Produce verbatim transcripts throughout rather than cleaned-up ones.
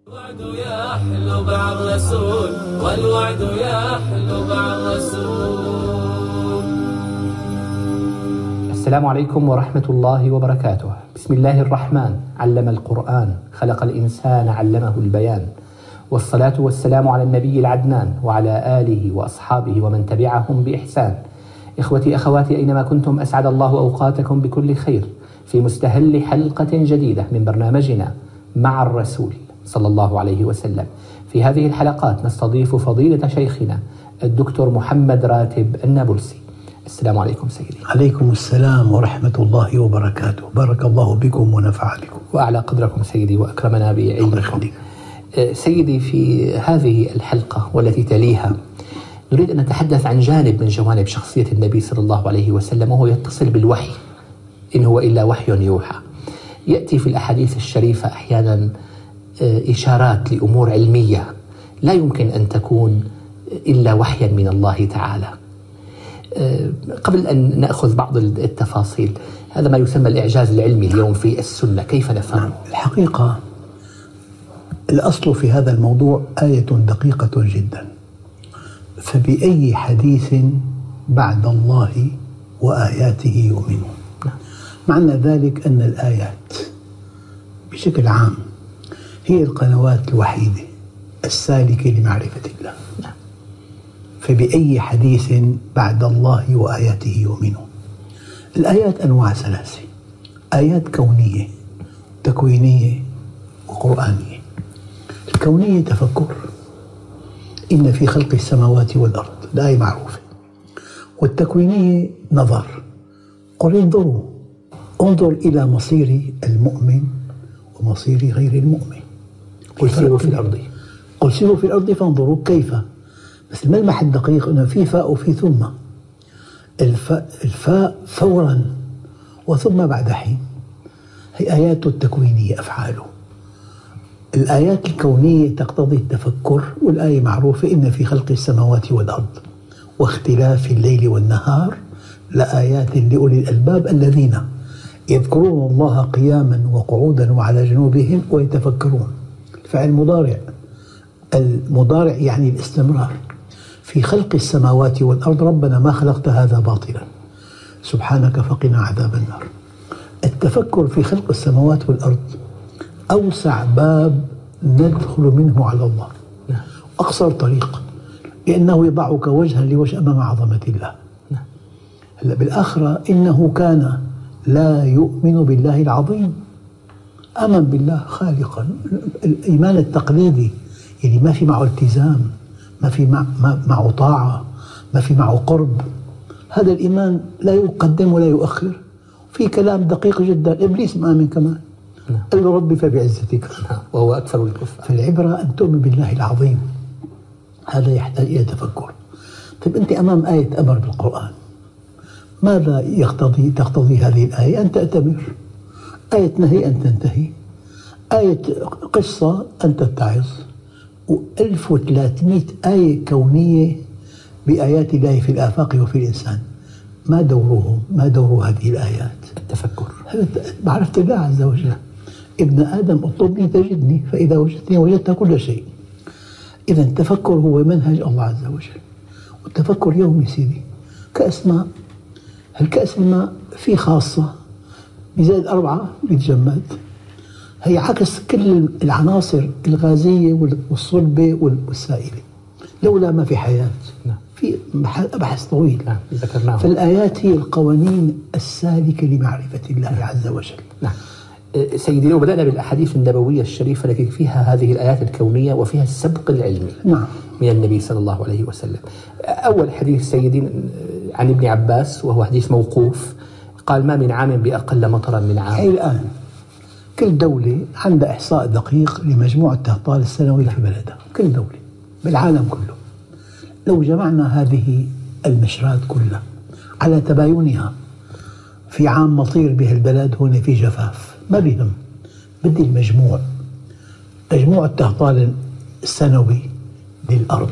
الوعد يحلو مع الرسول والوعد يحلو مع الرسول. السلام عليكم ورحمة الله وبركاته. بسم الله الرحمن. علم القرآن، خلق الإنسان، علمه البيان، والصلاة والسلام على النبي العدنان وعلى آله وأصحابه ومن تبعهم بإحسان. إخوتي أخواتي أينما كنتم، أسعد الله أوقاتكم بكل خير في مستهل حلقة جديدة من برنامجنا مع الرسول صلى الله عليه وسلم. في هذه الحلقات نستضيف فضيلة شيخنا الدكتور محمد راتب النابلسي. السلام عليكم سيدي. عليكم السلام ورحمة الله وبركاته. بارك الله بكم ونفع بكم وأعلى قدركم سيدي وأكرمنا بعلمكم. سيدي، في هذه الحلقة والتي تليها نريد أن نتحدث عن جانب من جوانب شخصية النبي صلى الله عليه وسلم، وهو يتصل بالوحي. إن هو إلا وحي يوحى. يأتي في الأحاديث الشريفة أحيانا إشارات لأمور علمية لا يمكن أن تكون إلا وحيا من الله تعالى. قبل أن نأخذ بعض التفاصيل، هذا ما يسمى الإعجاز العلمي اليوم في السنة، كيف نفهمه؟ الحقيقة الأصل في هذا الموضوع آية دقيقة جدا: فبأي حديث بعد الله وآياته يؤمنون. معنى ذلك أن الآيات بشكل عام هي القنوات الوحيدة السالكة لمعرفة الله. فبأي حديث بعد الله وآياته يؤمنون. الآيات أنواع ثلاثة: آيات كونية، تكوينية، وقرآنية. الكونية تفكر، إن في خلق السماوات والأرض، الآية معروفة. والتكوينية نظر، قل انظروا، انظر إلى مصير المؤمن ومصير غير المؤمن. قل سيروا في الأرض قل سيروا في الأرض فانظروا كيف. بس الملمح الدقيق أنه في فاء وفي ثم. الفاء, الفاء فورا وثم بعد حين. هي آيات التكوينية أفعاله. الآيات الكونية تقتضي التفكر، والآية معروفة: إن في خلق السماوات والأرض واختلاف الليل والنهار لآيات لأولي الألباب الذين يذكرون الله قياما وقعودا وعلى جنوبهم ويتفكرون. فعل مضارع، المضارع يعني الاستمرار. في خلق السماوات والأرض، ربنا ما خلقت هذا باطلا سبحانك فقنا عذاب النار. التفكر في خلق السماوات والأرض أوسع باب ندخل منه على الله، أقصر طريق، لأنه يضعك وجها لوجه أمام عظمة الله. هلا بالآخرة: إنه كان لا يؤمن بالله العظيم. آمن بالله خالقا. الإيمان التقليدي يعني ما في معه التزام، ما في مع معه طاعة، ما في معه قرب. هذا الإيمان لا يقدم ولا يؤخر. في كلام دقيق جدا. إبليس ما آمن كمان، قال له ربي فبعزتك، وهو أكثر الكفار. فالعبرة أن تؤمن بالله العظيم. هذا يحتاج إلى تفكر. طيب أنت أمام آية أمر بالقرآن، ماذا يقتضي تقتضي هذه الآية؟ أن تأتمر. آية نهي أن تنتهي. آية قصة أن تتعظ. وألف وثلاثمائة آية كونية بآيات الله في الآفاق وفي الإنسان. ما دورهم؟ ما دور هذه الآيات؟ التفكر، معرفة الله عز وجل. ابن آدم اطلبني تجدني، فإذا وجدتني وجدت كل شيء. إذا التفكر هو منهج الله عز وجل. والتفكر يومي سيدي. كأس ماء، هالكأس الماء في خاصة بزائد أربعة بيتجمد. هي عكس كل العناصر الغازية والصلبة والسائلة. لولا ما في حياة. في بحث طويل. ذكرناه. فالآيات هي القوانين السالكة لمعرفة الله عز وجل. نعم سيدي، لو بدأنا بالأحاديث النبوية الشريفة التي فيها هذه الآيات الكونية وفيها السبق العلمي نعم. من النبي صلى الله عليه وسلم. أول حديث سيدي عن ابن عباس، وهو حديث موقوف، قال: ما من عام بأقل مطرا من عام. أي الآن كل دولة عندها إحصاء دقيق لمجموع التهطال السنوي في بلدها. كل دولة بالعالم كله، لو جمعنا هذه المشرات كلها على تباينها في عام مطير به البلد، هنا في جفاف، ما بهم. بدي المجموع، مجموع التهطال السنوي للأرض.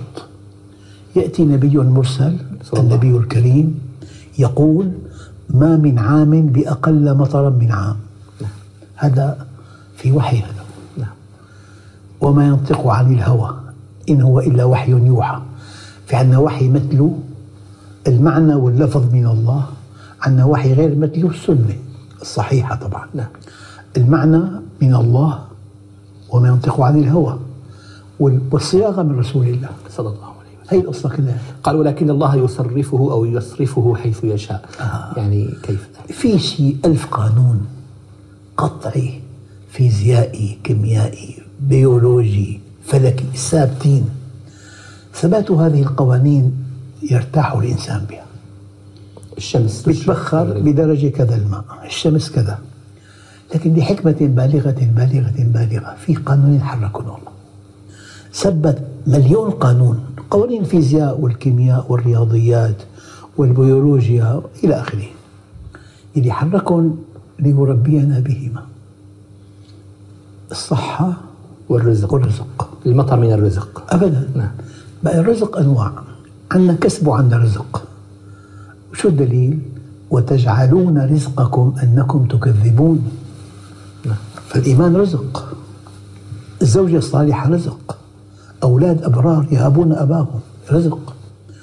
يأتي نبي مرسل، النبي الكريم، يقول: ما من عام بأقل مطرا من عام. هذا في وحي هذا. وما ينطق عن الهوى إن هو إلا وحي يوحى. في عندنا وحي مثله المعنى واللفظ من الله، عندنا وحي غير مثله السنة الصحيحة طبعا. نعم. المعنى من الله وما ينطق عن الهوى، والصياغة من رسول الله صلى الله عليه وسلم. هي القصة كلها. قال ولكن الله يصرفه أو يصرفه حيث يشاء. آه. يعني كيف؟ في شيء ألف قانون قطعي فيزيائي كيميائي بيولوجي فلكي ثابتين، ثبات هذه القوانين يرتاح الإنسان بها. الشمس بتبخر بدرجة كذا الماء، الشمس كذا، لكن لحكمة بالغة بالغة بالغة في قانون حركهم الله. ثبت مليون قانون، قوانين الفيزياء والكيمياء والرياضيات والبيولوجيا إلى آخره، اللي حركهم ليربينا بهما الصحة والرزق. والرزق. المطر من الرزق أبدا. نعم. بقى الرزق أنواع، عندنا كسب وعندنا رزق. شو الدليل؟ وتجعلون رزقكم أنكم تكذبون. نعم. فالإيمان رزق، الزوجة الصالحة رزق، أولاد أبرار يهابون أباهم رزق،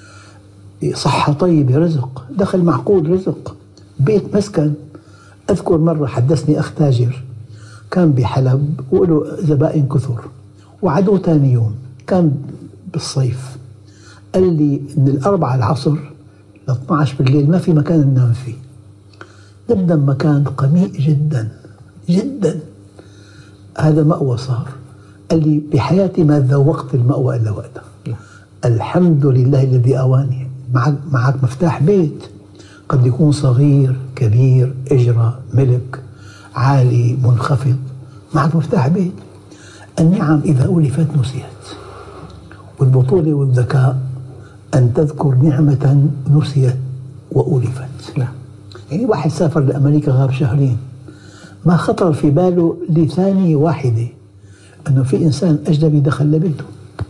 صحة طيبة رزق، دخل معقول رزق، بيت مسكن. أذكر مرة حدثني أخ تاجر كان بحلب وله زبائن كثر، وعدوه ثاني يوم كان بالصيف، قال لي من الأربعة العصر ل اثني عشر بالليل ما في مكان ننام فيه، نبدا مكان قميء جدا جدا. هذا مأوى صار. قال لي بحياتي ما ذوقت المأوى إلا وقتها. الحمد لله الذي أواني. معك, معك مفتاح بيت قد يكون صغير كبير إجرة ملك عالي منخفض، معك مفتاح بيت. النعم إذا ألفت نسيت، والبطولة والذكاء أن تذكر نعمة نسيت وألفت. نعم. يعني واحد سافر لأمريكا غاب شهرين، ما خطر في باله لثانية واحدة أنه في إنسان أجنبي دخل لبيته.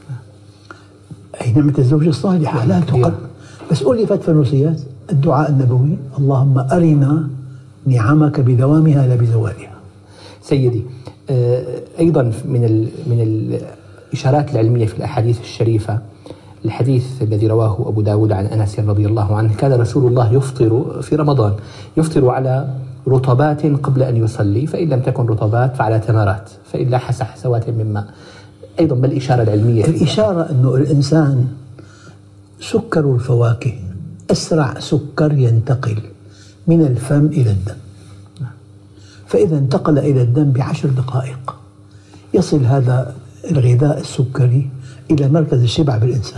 هي نعمة الزوجة الصالحة لا تقل، بس ألفت فنسيت. الدعاء النبوي اللهم أرنا نعمك بدوامها لا بزوالها. سيدي، أيضا من من الإشارات العلمية في الأحاديث الشريفة الحديث الذي رواه أبو داود عن أنس رضي الله عنه، كان رسول الله يفطر في رمضان، يفطر على رطبات قبل أن يصلي، فإن لم تكن رطبات فعلى تمرات، فإن لاح حسوات من ماء. أيضا ما الإشارة العلمية؟ الإشارة أنه الإنسان سكر الفواكه أسرع سكر ينتقل من الفم إلى الدم، فإذا انتقل إلى الدم بعشر دقائق يصل هذا الغذاء السكري إلى مركز الشبع بالإنسان.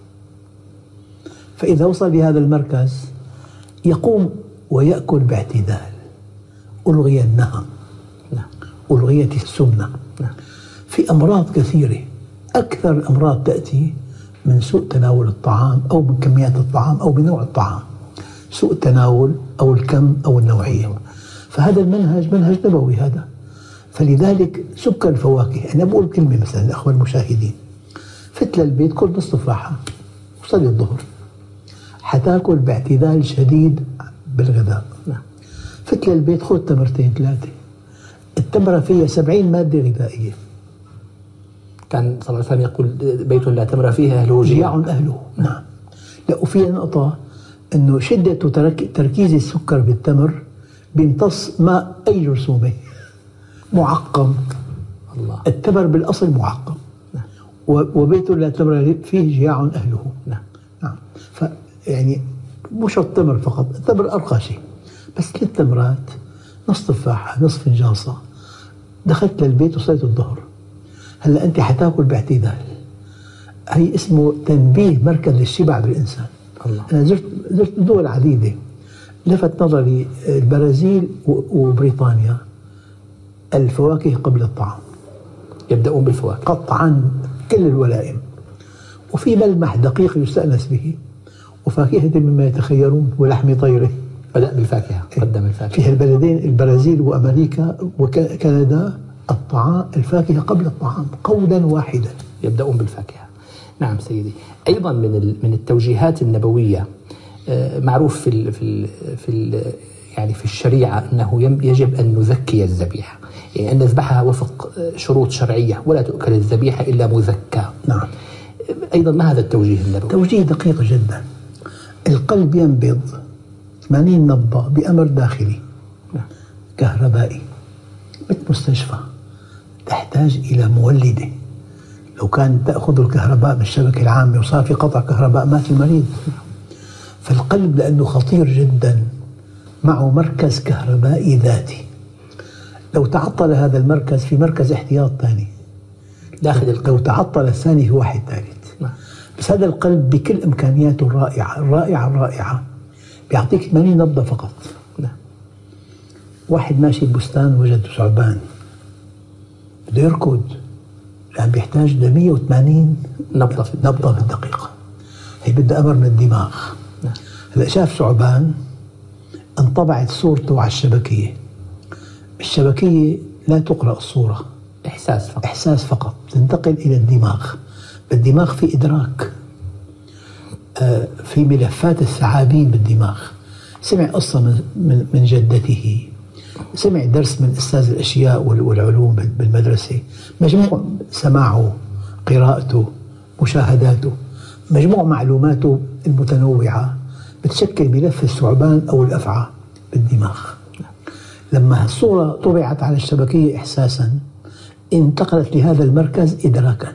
فإذا وصل لهذا المركز يقوم ويأكل باعتدال. ألغي النهى، ألغيت السمنة. في أمراض كثيرة، أكثر الأمراض تأتي من سوء تناول الطعام أو من كميات الطعام أو بنوع الطعام، سوء التناول أو الكم أو النوعية. فهذا المنهج منهج نبوي هذا. فلذلك سكر الفواكه، أنا بقول كلمة مثلا لأخوة المشاهدين، فت للبيت كل نص تفاحة وصلي الظهر، حتاكل باعتدال شديد بالغذاء. فت للبيت خذ تمرتين ثلاثة، التمرة فيها سبعين مادة غذائية. كان صلى الله عليه وسلم يقول بيت لا تمر فيه أهله جياع أهله. نعم. لا، وفيها نقطة أنه شدة تركيز السكر بالتمر بيمتص ماء أي جرثومة، معقم. الله. التمر بالأصل معقم. نعم. وبيت لا تمر فيه جياع أهله. نعم. نعم. فيعني مش التمر فقط، التمر أرقى شيء، بس ثلاث تمرات، نصف تفاحة، نصف فنجاصة، دخلت للبيت وصلت الظهر. هلا أنت حتاكل باعتدال. هي اسمه تنبيه مركز الشبع بالإنسان. الله. أنا زرت زرت دول عديدة، لفت نظري البرازيل وبريطانيا الفواكه قبل الطعام، يبدأون بالفواكه قطعا كل الولائم، وفي ملمح دقيق يستأنس به، وفاكهة مما يتخيرون ولحم طيره. بدأ بالفاكهة، قدم الفاكهة. في البلدين البرازيل وأمريكا وكندا الطعام الفاكهة قبل الطعام قولا واحدا، يبدأون بالفاكهة. نعم سيدي. أيضا من من التوجيهات النبوية، معروف في ال في ال في ال يعني في الشريعة أنه يجب أن نزكي الذبيحة، يعني أن نذبحها وفق شروط شرعية، ولا تؤكل الذبيحة إلا مزكاة. نعم. أيضا ما هذا التوجيه النبوي؟ توجيه دقيق جدا. القلب ينبض ثمانين نبضة بأمر داخلي كهربائي، مثل مستشفى تحتاج إلى مولدة. لو كان تأخذ الكهرباء من الشبكة العامة وصار في قطع كهرباء مات المريض. فالقلب لأنه خطير جدا معه مركز كهربائي ذاتي، لو تعطل هذا المركز في مركز احتياط ثاني داخل القلب، لو تعطل الثاني في واحد ثالث. بس هذا القلب بكل إمكانياته الرائعة الرائعة الرائعة بيعطيك ثمانين نبضة فقط. واحد ماشي ببستان وجد ثعبان بده يركض، لأن بيحتاج ل مئة وثمانين نبضة في نبضة في الدقيقة. هي بدها أمر من الدماغ. هلا شاف ثعبان، انطبعت صورته على الشبكية. الشبكية لا تقرأ الصورة، إحساس فقط. إحساس فقط، تنتقل إلى الدماغ. بالدماغ في إدراك، آه في ملفات الثعابين بالدماغ. سمع قصة من, من, من جدته، سمع درس من أستاذ الأشياء والعلوم بالمدرسة، مجموع سماعه، قراءته، مشاهداته، مجموع معلوماته المتنوعة بتشكل ملف الثعبان أو الأفعى بالدماغ. لما الصورة طبعت على الشبكية إحساسا، انتقلت لهذا المركز إدراكا.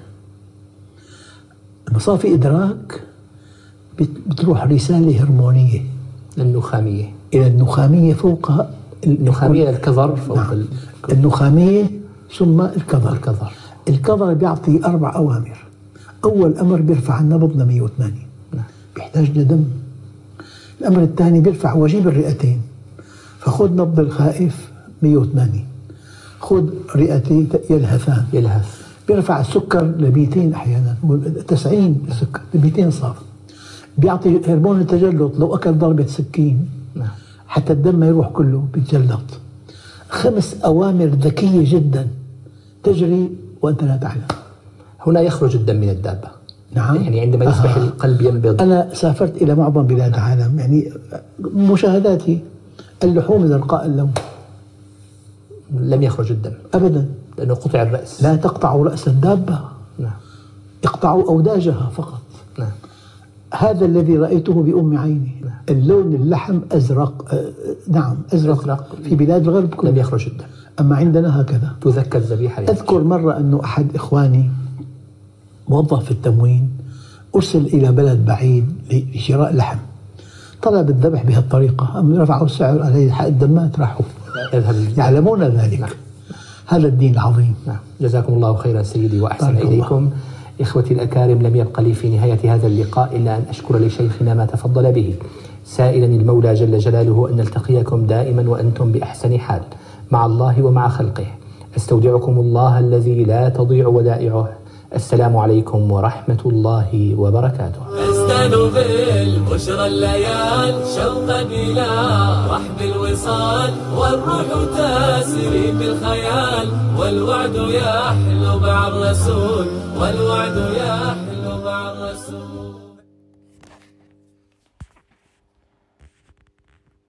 لما صار في إدراك بتروح رسالة هرمونية للنخامية، إلى النخامية فوق النخامية الكظر فوق. نعم. النخامية ثم الكظر. الكظر الكظر بيعطي أربع أوامر. أول أمر بيرفع النبض ل مئة وثمانين، بيحتاج لدم. الأمر الثاني بيرفع وجيب الرئتين، فخذ نبض الخائف مئة وثمانين، خذ رئتين يلهثان يلهث. بيرفع السكر ل مئتين أحيانا، تسعين السكر ل مئتين صار. بيعطي هرمون التجلط، لو أكل ضربة سكين حتى الدم ما يروح كله بيتجلط. خمس أوامر ذكية جدا تجري وأنت لا تعلم. هنا يخرج الدم من الدابة. نعم. يعني عندما يصبح آه. القلب ينبض. أنا سافرت إلى معظم بلاد العالم، يعني مشاهداتي اللحوم زرقاء اللون، لم يخرج الدم أبدا، لأنه قطع الرأس. لا تقطعوا رأس الدابة. نعم. اقطعوا أوداجها فقط. نعم. هذا الذي رأيته بأم عيني. نعم. اللون اللحم أزرق. آه نعم أزرق. أزرق في بلاد الغرب كله لم يخرج الدم، أما عندنا هكذا. تذكر الذبيحة. أذكر مرة أنه أحد إخواني موظف في التموين أرسل إلى بلد بعيد لشراء لحم، طلب الذبح بهالطريقة، أم رفعوا السعر عليه حق الدمات راحوا يعلمون ذلك. نعم. هذا الدين العظيم. نعم. جزاكم الله خيرا سيدي وأحسن إليكم. إخوتي الأكارم، لم يبق لي في نهاية هذا اللقاء إلا أن أشكر لشيخنا ما تفضل به، سائلا المولى جل جلاله أن نلتقيكم دائما وأنتم بأحسن حال مع الله ومع خلقه. أستودعكم الله الذي لا تضيع ودائعه. السلام عليكم ورحمة الله وبركاته. أزداد بالبشرى الليال شوقا إلى رحب الوصال، والروح تسري بالخيال، والوعد يحلو مع الرسول، والوعد يحلو مع الرسول.